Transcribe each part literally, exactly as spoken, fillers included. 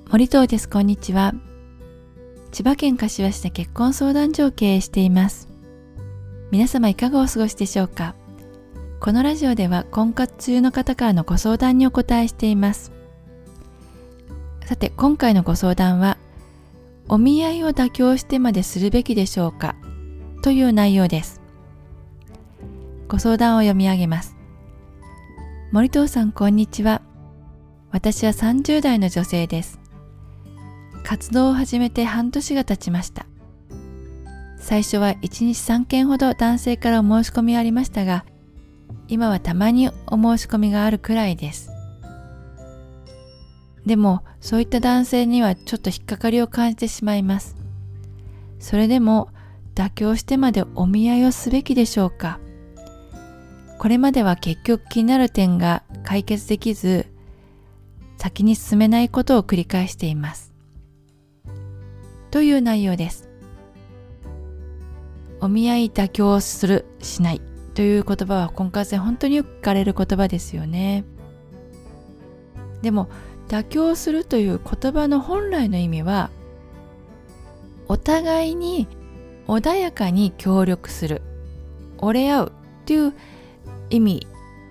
森藤です。こんにちは。千葉県柏市で結婚相談所を経営しています。皆様いかがお過ごしでしょうか。このラジオでは婚活中の方からのご相談にお答えしています。さて、今回のご相談は、お見合いを妥協してまでするべきでしょうかという内容です。ご相談を読み上げます。森藤さん、こんにちは。私はさんじゅう代の女性です。活動を始めて半年が経ちました。最初はいちにちさんけんほど男性からお申し込みがありましたが、今はたまにお申し込みがあるくらいです。でも、そういった男性にはちょっと引っかかりを感じてしまいます。それでも、妥協してまでお見合いをすべきでしょうか。これまでは結局気になる点が解決できず、先に進めないことを繰り返しています。という内容です。お見合い妥協する、しないという言葉は婚活で本当によく聞かれる言葉ですよね。でも、妥協するという言葉の本来の意味は、お互いに穏やかに協力する、折れ合うという意味。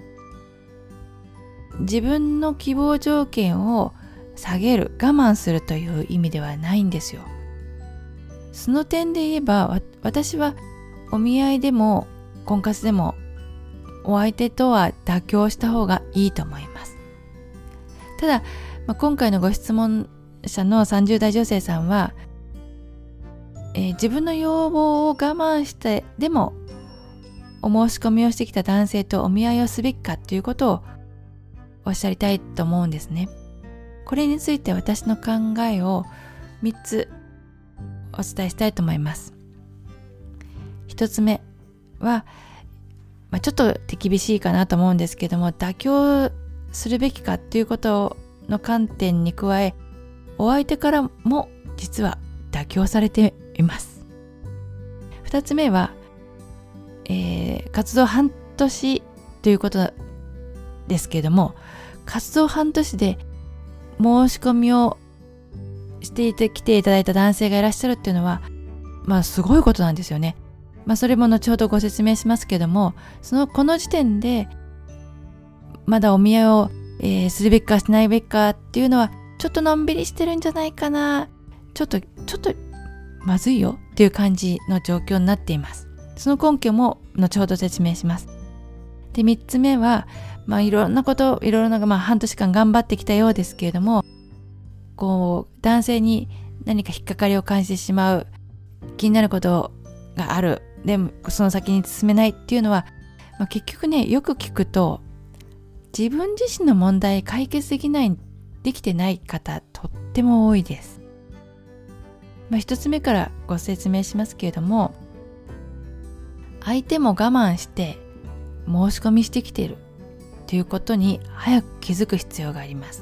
自分の希望条件を下げる、我慢するという意味ではないんですよ。その点で言えば、私はお見合いでも婚活でもお相手とは妥協した方がいいと思います。ただ、まあ、今回のご質問者のさんじゅう代女性さんは、えー、自分の要望を我慢してでもお申し込みをしてきた男性とお見合いをすべきかということをおっしゃりたいと思うんですね。これについて私の考えをみっつお伝えしたいと思います。ひとつめは、まあ、ちょっと手厳しいかなと思うんですけども、妥協するべきかということの観点に加え、お相手からも実は妥協されています。ふたつめは、えー、活動半年ということですけれども、活動半年で申し込みをしていて来ていただいた男性がいらっしゃるっていうのは、まあすごいことなんですよね。まあそれも後ほどご説明しますけども、そのこの時点でまだお見合いを、えー、するべきかしないべきかっていうのはちょっとのんびりしてるんじゃないかな、ちょっとちょっとまずいよっていう感じの状況になっています。その根拠も後ほど説明します。で、みっつめは、まあいろんなこと、いろいろな、まあ半年間頑張ってきたようですけれども、こう、男性に何か引っかかりを感じてしまう、気になることがある、でもその先に進めないっていうのは、まあ、結局ね、よく聞くと、自分自身の問題解決できない、できてない方、とっても多いです。まあ一つ目からご説明しますけれども、相手も我慢して申し込みしてきているということに早く気づく必要があります。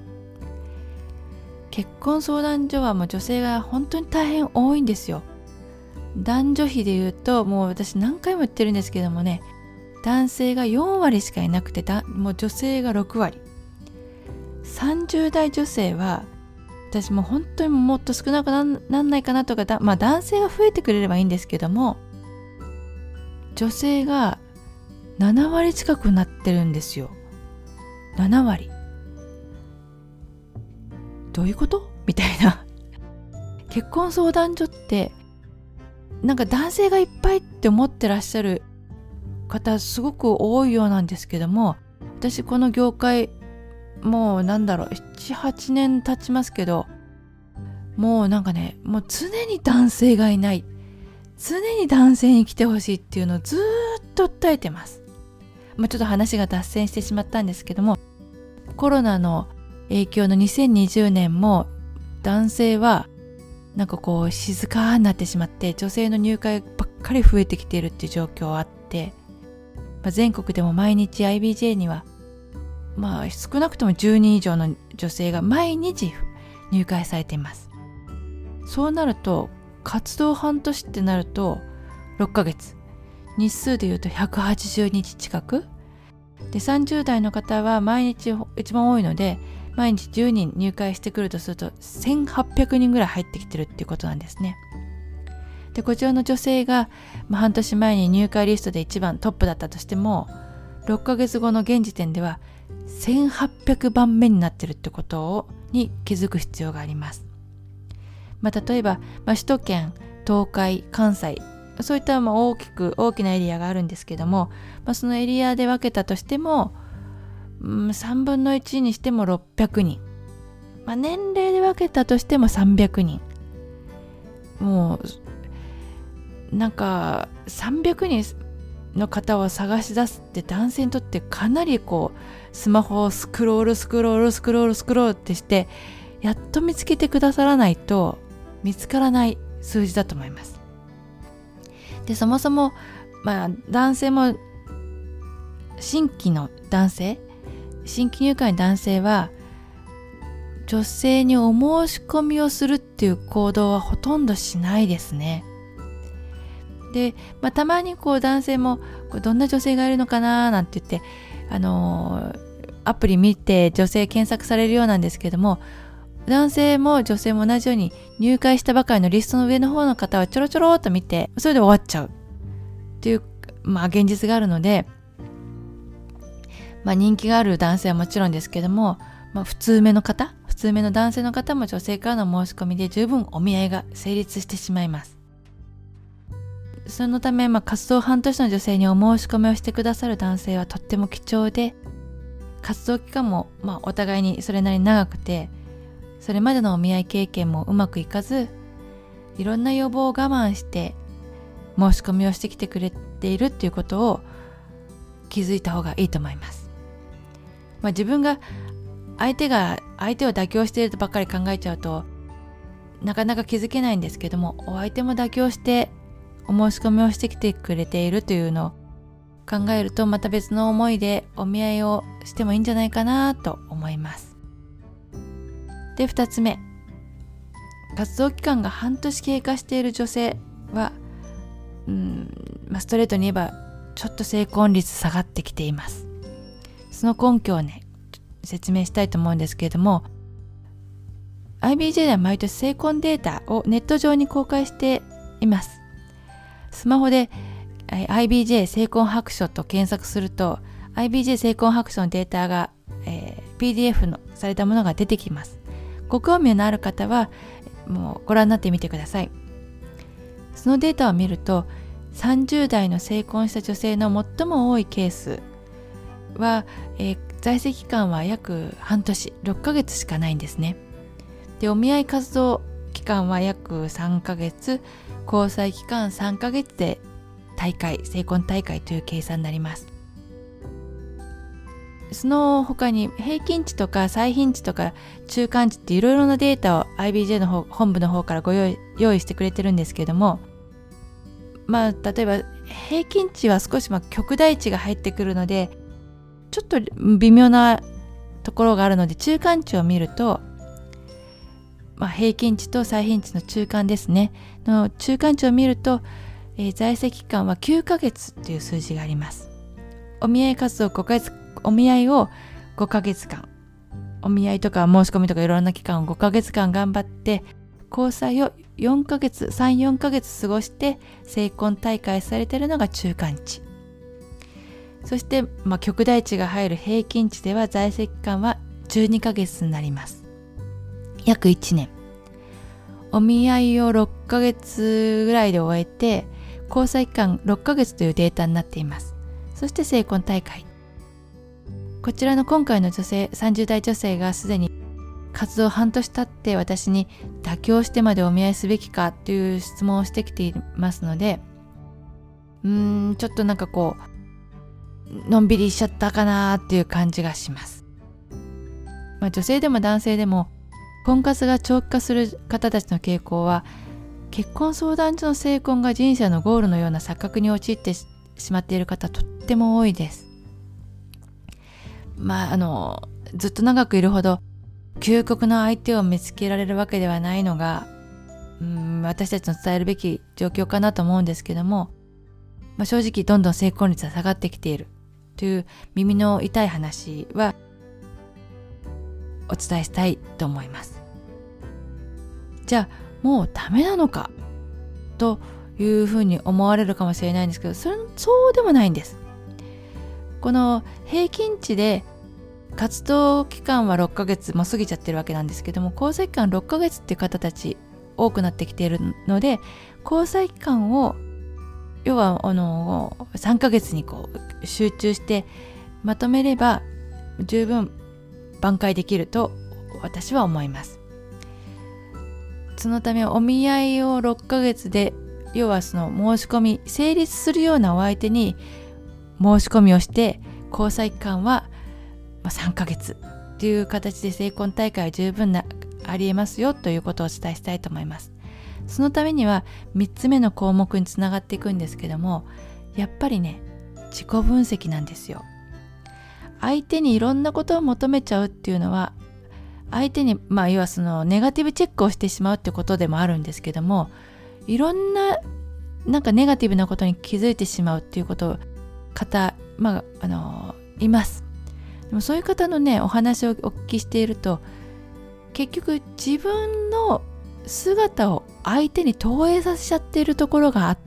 結婚相談所はもう女性が本当に大変多いんですよ。男女比で言うと、もう私何回も言ってるんですけどもね、男性がよんわりしかいなくて、だもう女性がろくわり。さんじゅう代女性は私も本当にもっと少なく な, なんないかなとかだ、まあ男性が増えてくれればいいんですけども、女性がななわり近くなってるんですよ。ななわり。どういうことみたいな。結婚相談所ってなんか男性がいっぱいって思ってらっしゃる方すごく多いようなんですけども、私この業界もうなんだろうななはちねん経ちますけど、もうなんかね、もう常に男性がいない、常に男性に来てほしいっていうのをずーっと訴えてます。まあ、ちょっと話が脱線してしまったんですけども、コロナの影響のにせんにじゅうねんも男性はなんかこう静かになってしまって、女性の入会ばっかり増えてきているっていう状況があって、まあ、全国でも毎日 アイビージェー にはまあ少なくともじゅうにん以上の女性が毎日入会されています。そうなると活動半年ってなるとろっかげつ、日数でいうとひゃくはちじゅうにち近くで、さんじゅう代の方は毎日一番多いので毎日じゅうにん入会してくるとするとせんはっぴゃくにんぐらい入ってきてるっていうことなんですね。でこちらの女性が、まあ、半年前に入会リストで一番トップだったとしても、ろっかげつごの現時点ではせんはっぴゃくばんめになってるってことをに気づく必要があります。まあ、例えば、まあ、首都圏、東海、関西、そういったまあ大きく大きなエリアがあるんですけども、まあ、そのエリアで分けたとしても、うん、さんぶんのいちにしてもろっぴゃくにん、まあ、年齢で分けたとしてもさんびゃくにん、もうなんかさんびゃくにんの方を探し出すって男性にとってかなりこうスマホをスクロールスクロールスクロールスクロールってしてやっと見つけてくださらないと見つからない数字だと思います。でそもそも、まあ、男性も新規の男性新規入会の男性は女性にお申し込みをするっていう行動はほとんどしないですね。で、まあ、たまにこう男性もこうどんな女性がいるのかななんて言って、あのー、アプリ見て女性検索されるようなんですけども、男性も女性も同じように入会したばかりのリストの上の方の方はちょろちょろっと見てそれで終わっちゃうっていう、まあ、現実があるので、まあ、人気がある男性はもちろんですけども、まあ、普通目の方普通目の男性の方も女性からの申し込みで十分お見合いが成立してしまいます。そのため、まあ、活動半年の女性にお申し込みをしてくださる男性はとっても貴重で、活動期間も、まあ、お互いにそれなりに長くて、それまでのお見合い経験もうまくいかず、いろんな要望を我慢して申し込みをしてきてくれているっていうことを気づいた方がいいと思います。まあ、自分が相手が相手を妥協しているとばっかり考えちゃうとなかなか気づけないんですけども、お相手も妥協してお申し込みをしてきてくれているというのを考えると、また別の思いでお見合いをしてもいいんじゃないかなと思います。で、二つ目、活動期間が半年経過している女性は、うん、まあ、ストレートに言えばちょっと成婚率下がってきています。その根拠をね、説明したいと思うんですけれども、アイビージェー では毎年成婚データをネット上に公開しています。スマホで アイビージェー 成婚白書と検索すると アイビージェー 成婚白書のデータが、えー、ピーディーエフ のされたものが出てきます。ご興味のある方はもうご覧になってみてください。そのデータを見るとさんじゅう代の成婚した女性の最も多いケースは、えー、在籍期間は約半年ろっかげつしかないんですね。で、お見合い活動期間は約さんかげつ、交際期間さんかげつで大会、成婚大会という計算になります。その他に平均値とか最頻値とか中間値っていろいろなデータを アイビージェー の方本部の方からご用意用意してくれてるんですけれども、まあ例えば平均値は少しまあ極大値が入ってくるのでちょっと微妙なところがあるので、中間値を見ると、まあ、平均値と最頻値の中間ですねの中間値を見ると、えー、在籍期間はきゅうかげつという数字があります。お見合い活動ごかげつ、お見合いをごかげつかん、お見合いとか申し込みとかいろんな期間をごかげつかん頑張って交際をよんかげつ、さん、よんかげつ過ごして成婚大会されているのが中間値。そして、まあ、極大値が入る平均値では在籍期間はじゅうにかげつになります。約いちねん。お見合いをろっかげつぐらいで終えて交際期間ろっかげつというデータになっています。そして成婚大会。こちらの今回の女性、さんじゅう代女性がすでに活動半年経って私に妥協してまでお見合いすべきかという質問をしてきていますので、うーんちょっとなんかこうのんびりしちゃったかなっていう感じがします。まあ、女性でも男性でも婚活が長期化する方たちの傾向は、結婚相談所の成婚が人生のゴールのような錯覚に陥ってしまっている方とっても多いです。まああのずっと長くいるほど究極の相手を見つけられるわけではないのが、うん、私たちの伝えるべき状況かなと思うんですけども、まあ、正直どんどん成婚率は下がってきているという耳の痛い話はお伝えしたいと思います。じゃあもうダメなのかというふうに思われるかもしれないんですけど、それそうでもないんです。この平均値で活動期間はろっかげつも過ぎちゃってるわけなんですけども、交際期間ろっかげつっていう方たち多くなってきているので、交際期間を要はあのさんかげつにこう集中してまとめれば十分挽回できると私は思います。そのためお見合いをろっかげつで、要はその申し込み成立するようなお相手に申し込みをして、交際期間はさんかげつという形で成婚大会は十分なありえますよということをお伝えしたいと思います。そのためにはみっつめの項目につながっていくんですけども、やっぱりね、自己分析なんですよ。相手にいろんなことを求めちゃうっていうのは、相手にまあ要はそのネガティブチェックをしてしまうってことでもあるんですけども、いろんななんかネガティブなことに気づいてしまうっていうこと方、まああのいます。でもそういう方のねお話をお聞きしていると、結局自分の姿を相手に投影させちゃっているところがあって、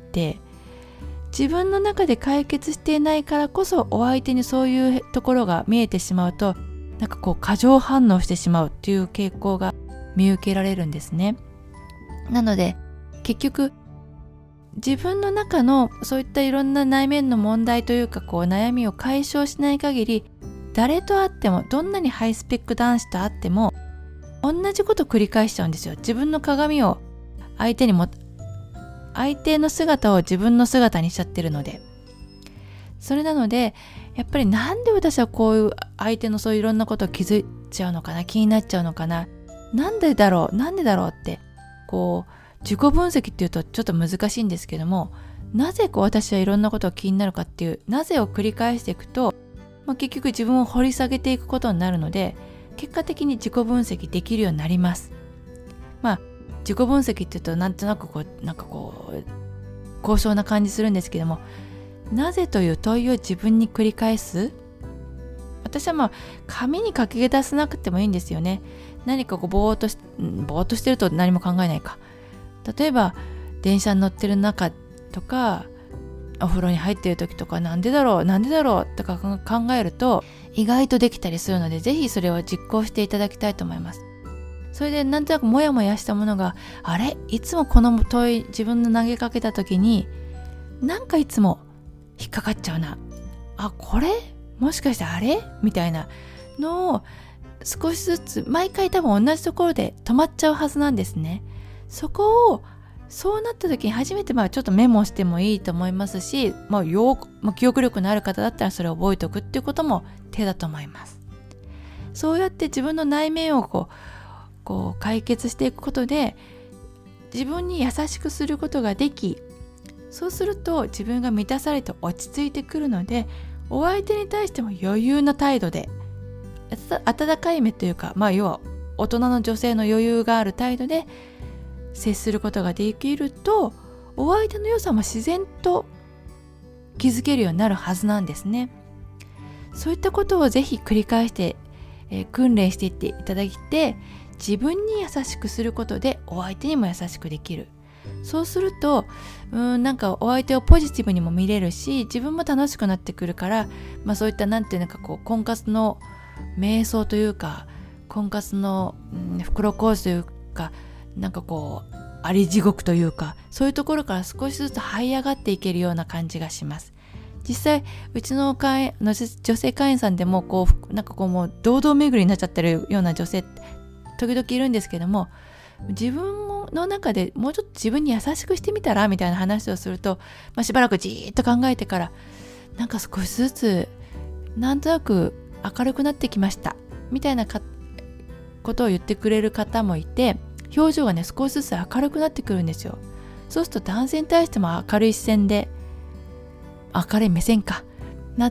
自分の中で解決していないからこそお相手にそういうところが見えてしまうと、なんかこう過剰反応してしまうっていう傾向が見受けられるんですね。なので結局自分の中のそういったいろんな内面の問題というかこう悩みを解消しない限り、誰と会ってもどんなにハイスペック男子と会っても同じことを繰り返しちゃうんですよ。自分の鏡を相手にも相手の姿を自分の姿にしちゃってるので、それなのでやっぱりなんで私はこういう相手のそういういろんなことを気づいちゃうのかな、気になっちゃうのかな、なんでだろうなんでだろうってこう自己分析っていうとちょっと難しいんですけども、なぜこう私はいろんなことが気になるかっていうなぜを繰り返していくと、まあ、結局自分を掘り下げていくことになるので、結果的に自己分析できるようになります。まあ自己分析っていうとなんとなくこうなんかこう高尚な感じするんですけども、なぜという問いを自分に繰り返す。私はまあ紙に書き出さなくてもいいんですよね。何かこうぼーっとしぼーっとしてると何も考えないか。例えば電車に乗ってる中とかお風呂に入ってる時とか、なんでだろうなんでだろうとか考えると意外とできたりするので、ぜひそれを実行していただきたいと思います。それでなんとなくモヤモヤしたものが、あれいつもこの問い自分の投げかけた時になんかいつも引っかかっちゃうな、あこれもしかしてあれみたいなのを少しずつ毎回多分同じところで止まっちゃうはずなんですね。そこをそうなった時に初めてまあちょっとメモしてもいいと思いますし、まあ、よく、まあ、記憶力のある方だったらそれを覚えておくっていうことも手だと思います。そうやって自分の内面をこう、こう解決していくことで自分に優しくすることができ、そうすると自分が満たされて落ち着いてくるので、お相手に対しても余裕な態度で、温かい目というか、まあ要は大人の女性の余裕がある態度で接することができると、お相手の良さも自然と気づけるようになるはずなんですね。そういったことをぜひ繰り返して、えー、訓練していっていただいて、自分に優しくすることでお相手にも優しくできる。そうするとうーんなんかお相手をポジティブにも見れるし、自分も楽しくなってくるから、まあ、そういったなんていうのかこう婚活の瞑想というか婚活の、うん、袋小路というか、なんかこうあり地獄というか、そういうところから少しずつ這い上がっていけるような感じがします。実際うちの会員の女性会員さんでもこうなんかこうもう堂々巡りになっちゃってるような女性時々いるんですけども、自分の中でもうちょっと自分に優しくしてみたらみたいな話をすると、まあ、しばらくじーっと考えてからなんか少しずつなんとなく明るくなってきましたみたいなかことを言ってくれる方もいて、表情がね少しずつ明るくなってくるんですよ。そうすると男性に対しても明るい視線で、明るい目線かなって、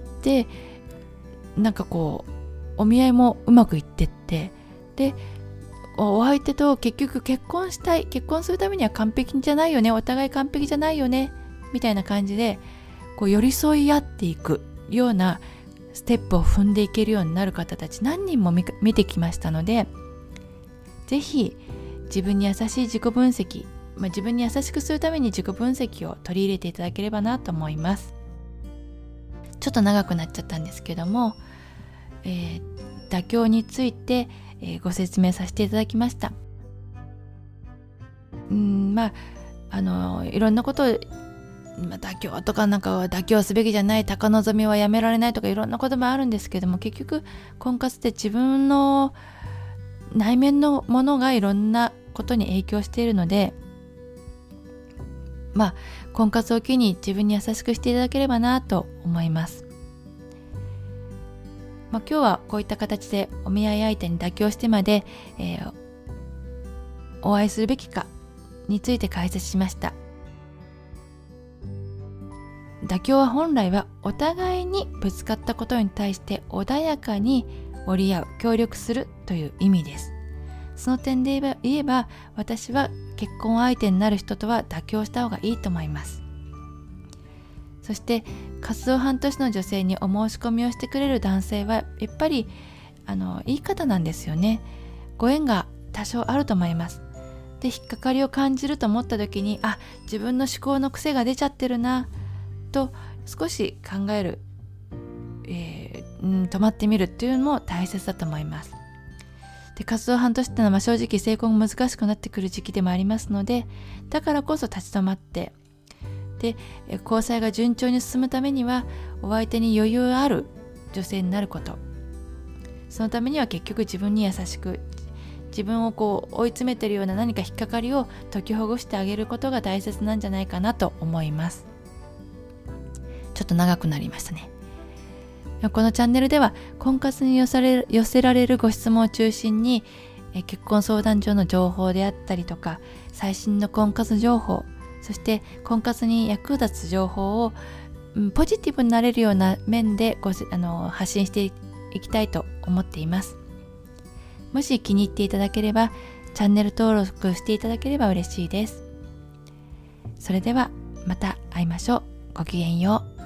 なんかこうお見合いもうまくいってって、でお相手と結局結婚したい、結婚するためには完璧じゃないよね、お互い完璧じゃないよねみたいな感じでこう寄り添い合っていくような、 ステップを踏んでいけるようになる方たち何人も見見てきましたので、ぜひ自分に優しい自己分析、まあ、自分に優しくするために自己分析を取り入れていただければなと思います。ちょっと長くなっちゃったんですけども、えー、妥協について、えー、ご説明させていただきました。うんまああのいろんなことを、まあ、妥協とかなんか妥協すべきじゃない、高望みはやめられないとかいろんな言葉あるんですけども、結局婚活って自分の内面のものがいろんなことに影響しているので、まあ婚活を機に自分に優しくしていただければなと思います。まあ、今日はこういった形でお見合い相手に妥協してまで、えー、お会いするべきかについて解説しました。妥協は本来はお互いにぶつかったことに対して穏やかに折り合う、協力するという意味です。その点で言えば、私は結婚相手になる人とは妥協した方がいいと思います。そして活動半年の女性にお申し込みをしてくれる男性はやっぱりあのいい方なんですよね。ご縁が多少あると思います。で、引っかかりを感じると思った時に、あ、自分の思考の癖が出ちゃってるなと少し考える、えーうん、止まってみるっていうのも大切だと思います。で、活動半年ってのは正直成婚が難しくなってくる時期でもありますので、だからこそ立ち止まって、で交際が順調に進むためにはお相手に余裕ある女性になること、そのためには結局自分に優しく、自分をこう追い詰めてるような何か引っかかりを解きほぐしてあげることが大切なんじゃないかなと思います。ちょっと長くなりましたね。このチャンネルでは婚活に寄せられる、寄せられるご質問を中心にえ結婚相談所の情報であったりとか、最新の婚活情報、そして婚活に役立つ情報をポジティブになれるような面でごあの発信していきたいと思っています。もし気に入っていただければチャンネル登録していただければ嬉しいです。それではまた会いましょう。ごきげんよう。